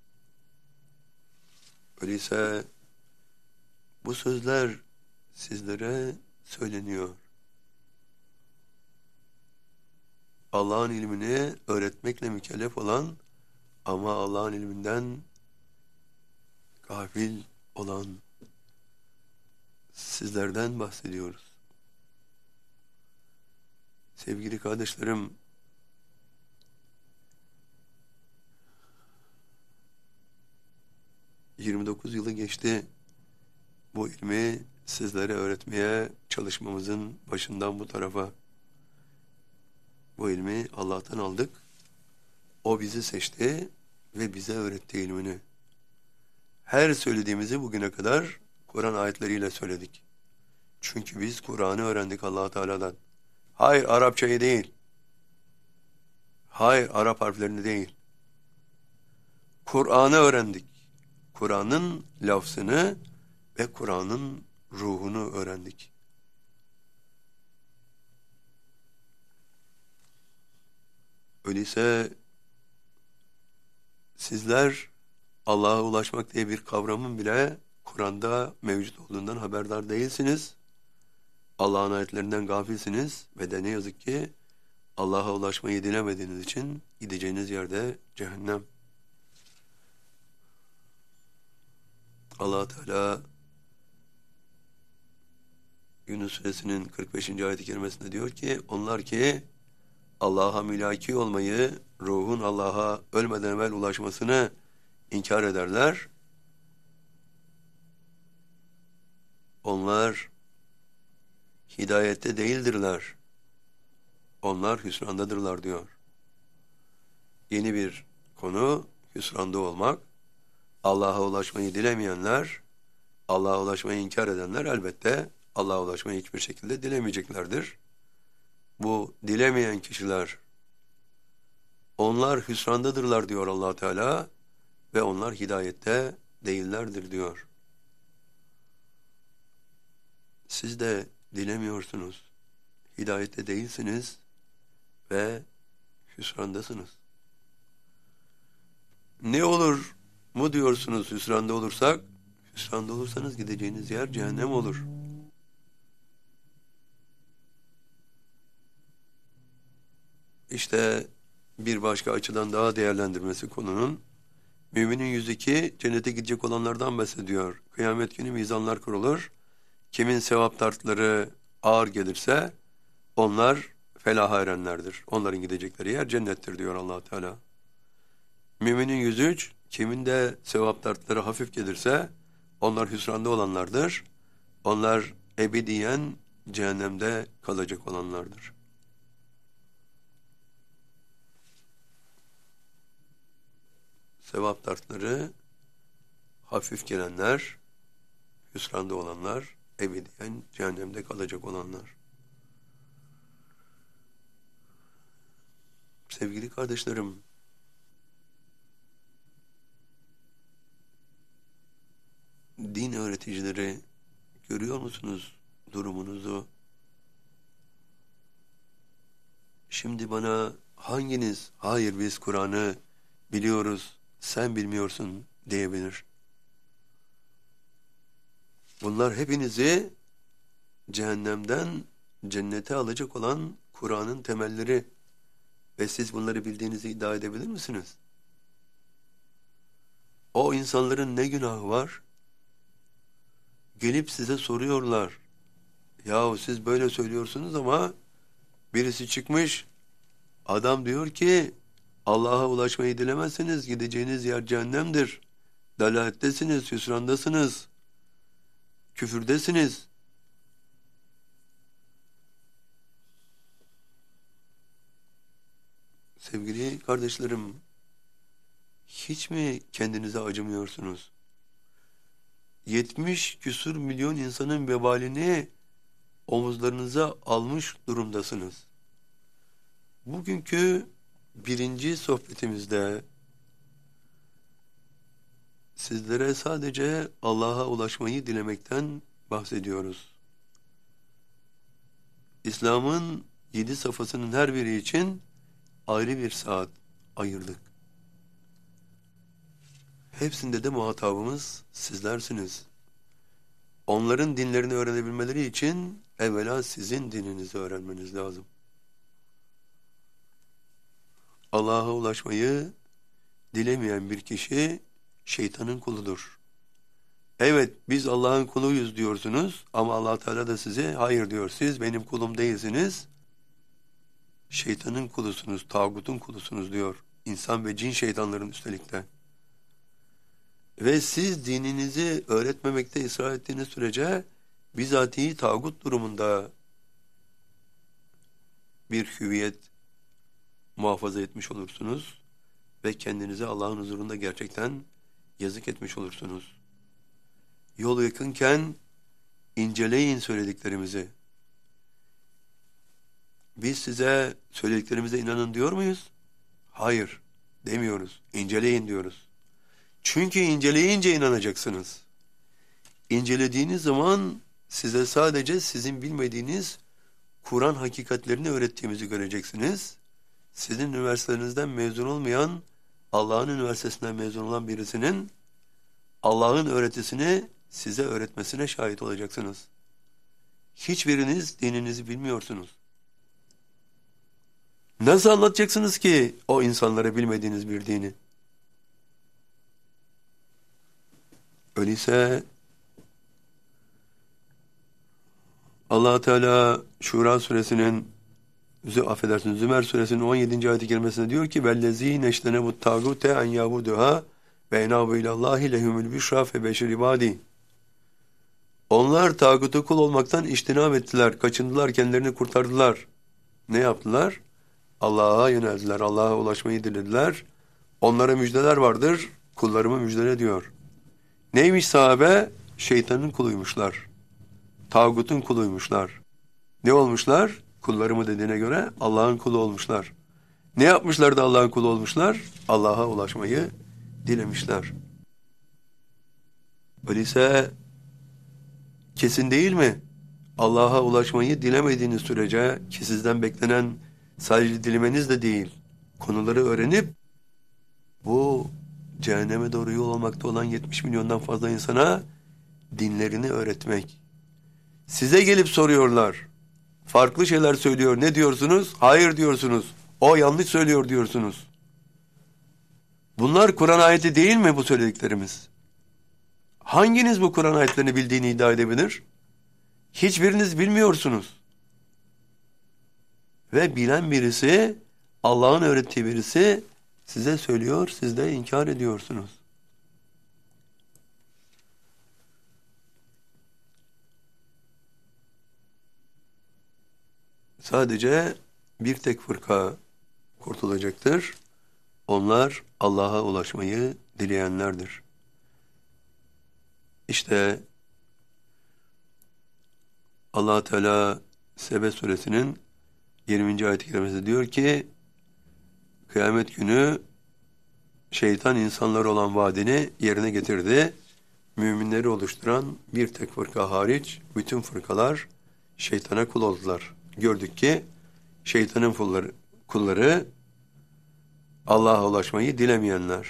Speaker 1: Öyleyse bu sözler sizlere söyleniyor. Allah'ın ilmini öğretmekle mükellef olan ama Allah'ın ilminden gafil olan sizlerden bahsediyoruz. Sevgili kardeşlerim, ...29 yılı geçti. Bu ilmi sizlere öğretmeye çalışmamızın başından bu tarafa. Bu ilmi Allah'tan aldık. O bizi seçti ve bize öğretti ilmini. Her söylediğimizi bugüne kadar Kur'an ayetleriyle söyledik. Çünkü biz Kur'an'ı öğrendik Allah Teala'dan. Hayır Arapçayı değil. Hayır Arap harflerini değil. Kur'an'ı öğrendik. Kur'an'ın lafzını ve Kur'an'ın ruhunu öğrendik. Öyleyse sizler Allah'a ulaşmak diye bir kavramın bile Kur'an'da mevcut olduğundan haberdar değilsiniz. Allah'ın ayetlerinden gafilsiniz ve de ne yazık ki Allah'a ulaşmayı dilemediğiniz için gideceğiniz yerde cehennem. Allah Teala Yunus Suresinin 45. ayet-i kerimesinde diyor ki, onlar ki Allah'a mülaki olmayı, ruhun Allah'a ölmeden evvel ulaşmasını inkar ederler. Onlar hidayette değildirler. Onlar hüsrandadırlar diyor. Yeni bir konu, hüsranda olmak. Allah'a ulaşmayı dilemeyenler, Allah'a ulaşmayı inkar edenler elbette Allah'a ulaşmayı hiçbir şekilde dilemeyeceklerdir. Bu dilemeyen kişiler, onlar hüsrandadırlar diyor Allah Teala ve onlar hidayette değillerdir diyor. Siz de dilemiyorsunuz, hidayette değilsiniz ve hüsrandasınız. Ne olur mu diyorsunuz hüsranda olursak? Hüsranda olursanız gideceğiniz yer cehennem olur. İşte bir başka açıdan daha değerlendirmesi konunun, müminin 102 cennete gidecek olanlardan bahsediyor. Kıyamet günü mizanlar kurulur. Kimin sevap tartları ağır gelirse onlar felaha erenlerdir. Onların gidecekleri yer cennettir diyor Allah Teala. Müminin 103, kimin de sevap tartları hafif gelirse onlar hüsranda olanlardır. Onlar ebediyen cehennemde kalacak olanlardır. Sevap tartları hafif gelenler, hüsranda olanlar, ebediyen cehennemde kalacak olanlar. Sevgili kardeşlerim, din öğreticileri, görüyor musunuz durumunuzu? Şimdi bana hanginiz, hayır biz Kur'an'ı biliyoruz, sen bilmiyorsun diyebilir. Bunlar hepinizi cehennemden cennete alacak olan Kur'an'ın temelleri ve siz bunları bildiğinizi iddia edebilir misiniz? O insanların ne günahı var? Gelip size soruyorlar. Yahu siz böyle söylüyorsunuz ama birisi çıkmış, adam diyor ki Allah'a ulaşmayı dilemezseniz gideceğiniz yer cehennemdir. Dalalettesiniz, hüsrandasınız, küfürdesiniz. Sevgili kardeşlerim, hiç mi kendinize acımıyorsunuz? 70 küsur milyon insanın vebalini omuzlarınıza almış durumdasınız. Bugünkü birinci sohbetimizde sizlere sadece Allah'a ulaşmayı dilemekten bahsediyoruz. İslam'ın 7 safhasının her biri için ayrı bir saat ayırdık. Hepsinde de muhatabımız sizlersiniz. Onların dinlerini öğrenebilmeleri için evvela sizin dininizi öğrenmeniz lazım. Allah'a ulaşmayı dilemeyen bir kişi şeytanın kuludur. Evet, biz Allah'ın kuluyuz diyorsunuz ama Allah Teala da size hayır diyor. Siz benim kulum değilsiniz. Şeytanın kulusunuz, tağutun kulusunuz diyor. İnsan ve cin şeytanların üstelik de. Ve siz dininizi öğretmemekte ısrar ettiğiniz sürece bizatihi tağut durumunda bir hüviyet muhafaza etmiş olursunuz ve kendinize Allah'ın huzurunda gerçekten yazık etmiş olursunuz. Yol yakınken inceleyin söylediklerimizi. Biz size söylediklerimize inanın diyor muyuz? Hayır, demiyoruz. İnceleyin diyoruz. Çünkü inceleyince inanacaksınız. İncelediğiniz zaman size sadece sizin bilmediğiniz Kur'an hakikatlerini öğrettiğimizi göreceksiniz. Sizin üniversitenizden mezun olmayan, Allah'ın üniversitesinden mezun olan birisinin Allah'ın öğretisini size öğretmesine şahit olacaksınız. Hiçbiriniz dininizi bilmiyorsunuz. Nasıl anlatacaksınız ki o insanlara bilmediğiniz bir dini? Öyleyse Allah Teala Şura suresinin Zümer suresinin 17. ayet-i kerimesinde diyor ki vellezîne iştenebut tâgûte en yâbuduhâ ve enâbu ilallâhi lehumul büşrâ fe beşir ibâdî. Onlar tağuta kul olmaktan iştinab ettiler, kaçındılar, kendilerini kurtardılar. Ne yaptılar? Allah'a yöneldiler, Allah'a ulaşmayı dilediler. Onlara müjdeler vardır, kullarımı müjdele diyor. Neymiş sahabe? Şeytanın kuluymuşlar. Tağutun kuluymuşlar. Ne olmuşlar? Kullarımı dediğine göre Allah'ın kulu olmuşlar. Ne yapmışlar da Allah'ın kulu olmuşlar? Allah'a ulaşmayı dilemişler. Öyleyse kesin değil mi? Allah'a ulaşmayı dilemediğiniz sürece ki sizden beklenen sadece dilemeniz de değil, konuları öğrenip bu cehenneme doğru yol almakta olan 70 milyondan fazla insana dinlerini öğretmek. Size gelip soruyorlar. Farklı şeyler söylüyor. Ne diyorsunuz? Hayır diyorsunuz. O yanlış söylüyor diyorsunuz. Bunlar Kur'an ayeti değil mi bu söylediklerimiz? Hanginiz bu Kur'an ayetlerini bildiğini iddia edebilir? Hiçbiriniz bilmiyorsunuz. Ve bilen birisi, Allah'ın öğrettiği birisi size söylüyor, siz de inkar ediyorsunuz. Sadece bir tek fırka kurtulacaktır. Onlar Allah'a ulaşmayı dileyenlerdir. İşte Allah Teala Sebe suresinin 20. ayet-i kerimesinde diyor ki kıyamet günü şeytan insanlar olan vaadini yerine getirdi. Müminleri oluşturan bir tek fırka hariç bütün fırkalar şeytana kul oldular. Gördük ki şeytanın kulları Allah'a ulaşmayı dilemeyenler.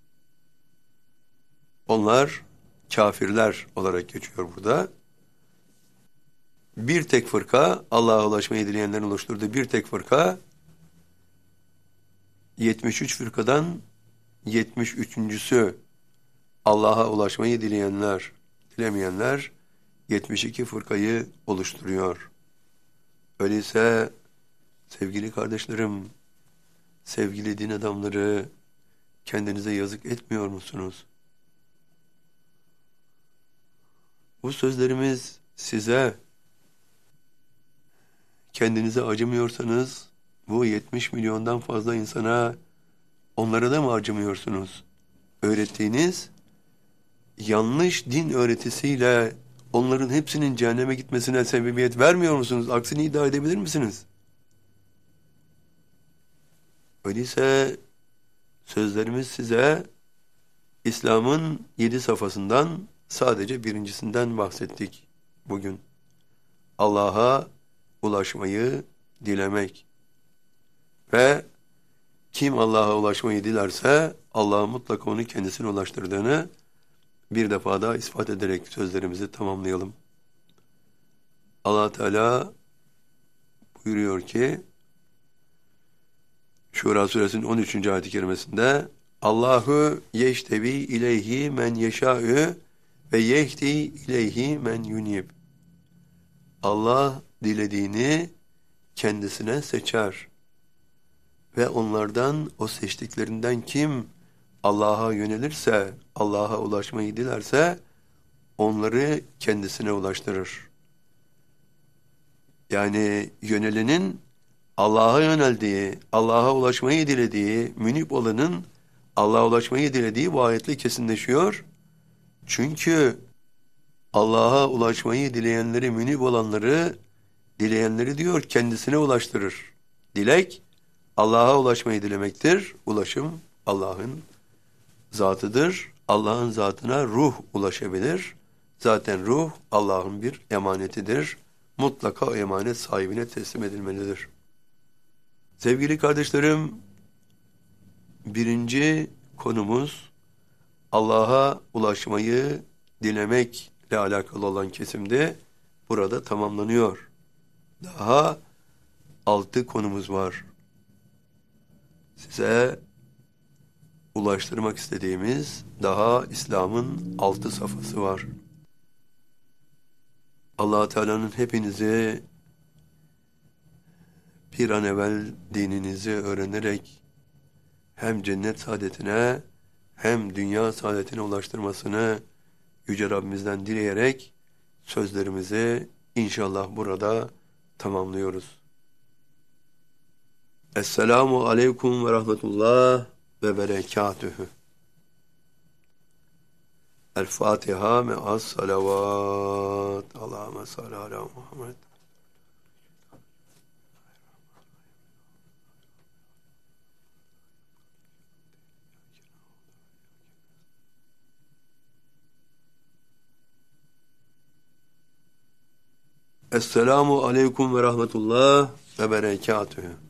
Speaker 1: Onlar kafirler olarak geçiyor burada. Bir tek fırka, Allah'a ulaşmayı dileyenlerin oluşturduğu bir tek fırka, 73 fırkadan 73.'sü Allah'a ulaşmayı dilemeyenler 72 fırkayı oluşturuyor. Öyleyse sevgili kardeşlerim, sevgili din adamları, kendinize yazık etmiyor musunuz? Bu sözlerimiz size, kendinize acımıyorsanız bu 70 milyondan fazla insana, onlara da mı acımıyorsunuz? Öğrettiğiniz yanlış din öğretisiyle onların hepsinin cehenneme gitmesine sebebiyet vermiyor musunuz? Aksini iddia edebilir misiniz? Öyleyse sözlerimiz size İslam'ın 7 safhasından sadece birincisinden bahsettik bugün. Allah'a ulaşmayı dilemek. Ve kim Allah'a ulaşmayı dilerse Allah mutlaka onu kendisine ulaştırdığını bir defa daha ispat ederek sözlerimizi tamamlayalım. Allah Teala buyuruyor ki Şura suresinin 13. ayet-i kerimesinde Allahu yeştevi ileyhi men yeşâ'ü ve yehdi ileyhi men yunib. Allah dilediğini kendisine seçer ve onlardan, o seçtiklerinden kim Allah'a yönelirse, Allah'a ulaşmayı dilerse onları kendisine ulaştırır. Yani yönelenin Allah'a yöneldiği, Allah'a ulaşmayı dilediği, münip olanın Allah'a ulaşmayı dilediği bu ayetle kesinleşiyor. Çünkü Allah'a ulaşmayı dileyenleri, münip olanları, dileyenleri diyor kendisine ulaştırır. Dilek, Allah'a ulaşmayı dilemektir. Ulaşım Allah'ın zatıdır. Allah'ın zatına ruh ulaşabilir. Zaten ruh Allah'ın bir emanetidir. Mutlaka o emanet sahibine teslim edilmelidir. Sevgili kardeşlerim, birinci konumuz Allah'a ulaşmayı dilemekle alakalı olan kesimde burada tamamlanıyor. Daha 6 konumuz var. Size ulaştırmak istediğimiz daha İslam'ın 6 safhası var. Allah Teala'nın hepinizi bir an evvel dininizi öğrenerek hem cennet saadetine hem dünya saadetine ulaştırmasını Yüce Rabbimizden dileyerek sözlerimizi inşallah burada tamamlıyoruz. Esselamu aleyküm ve rahmetullah ve berekatühü. El-Fatiha me'as salavat. Allahümme salli ala Muhammed. Esselamu aleyküm ve rahmetullah ve berekatühü.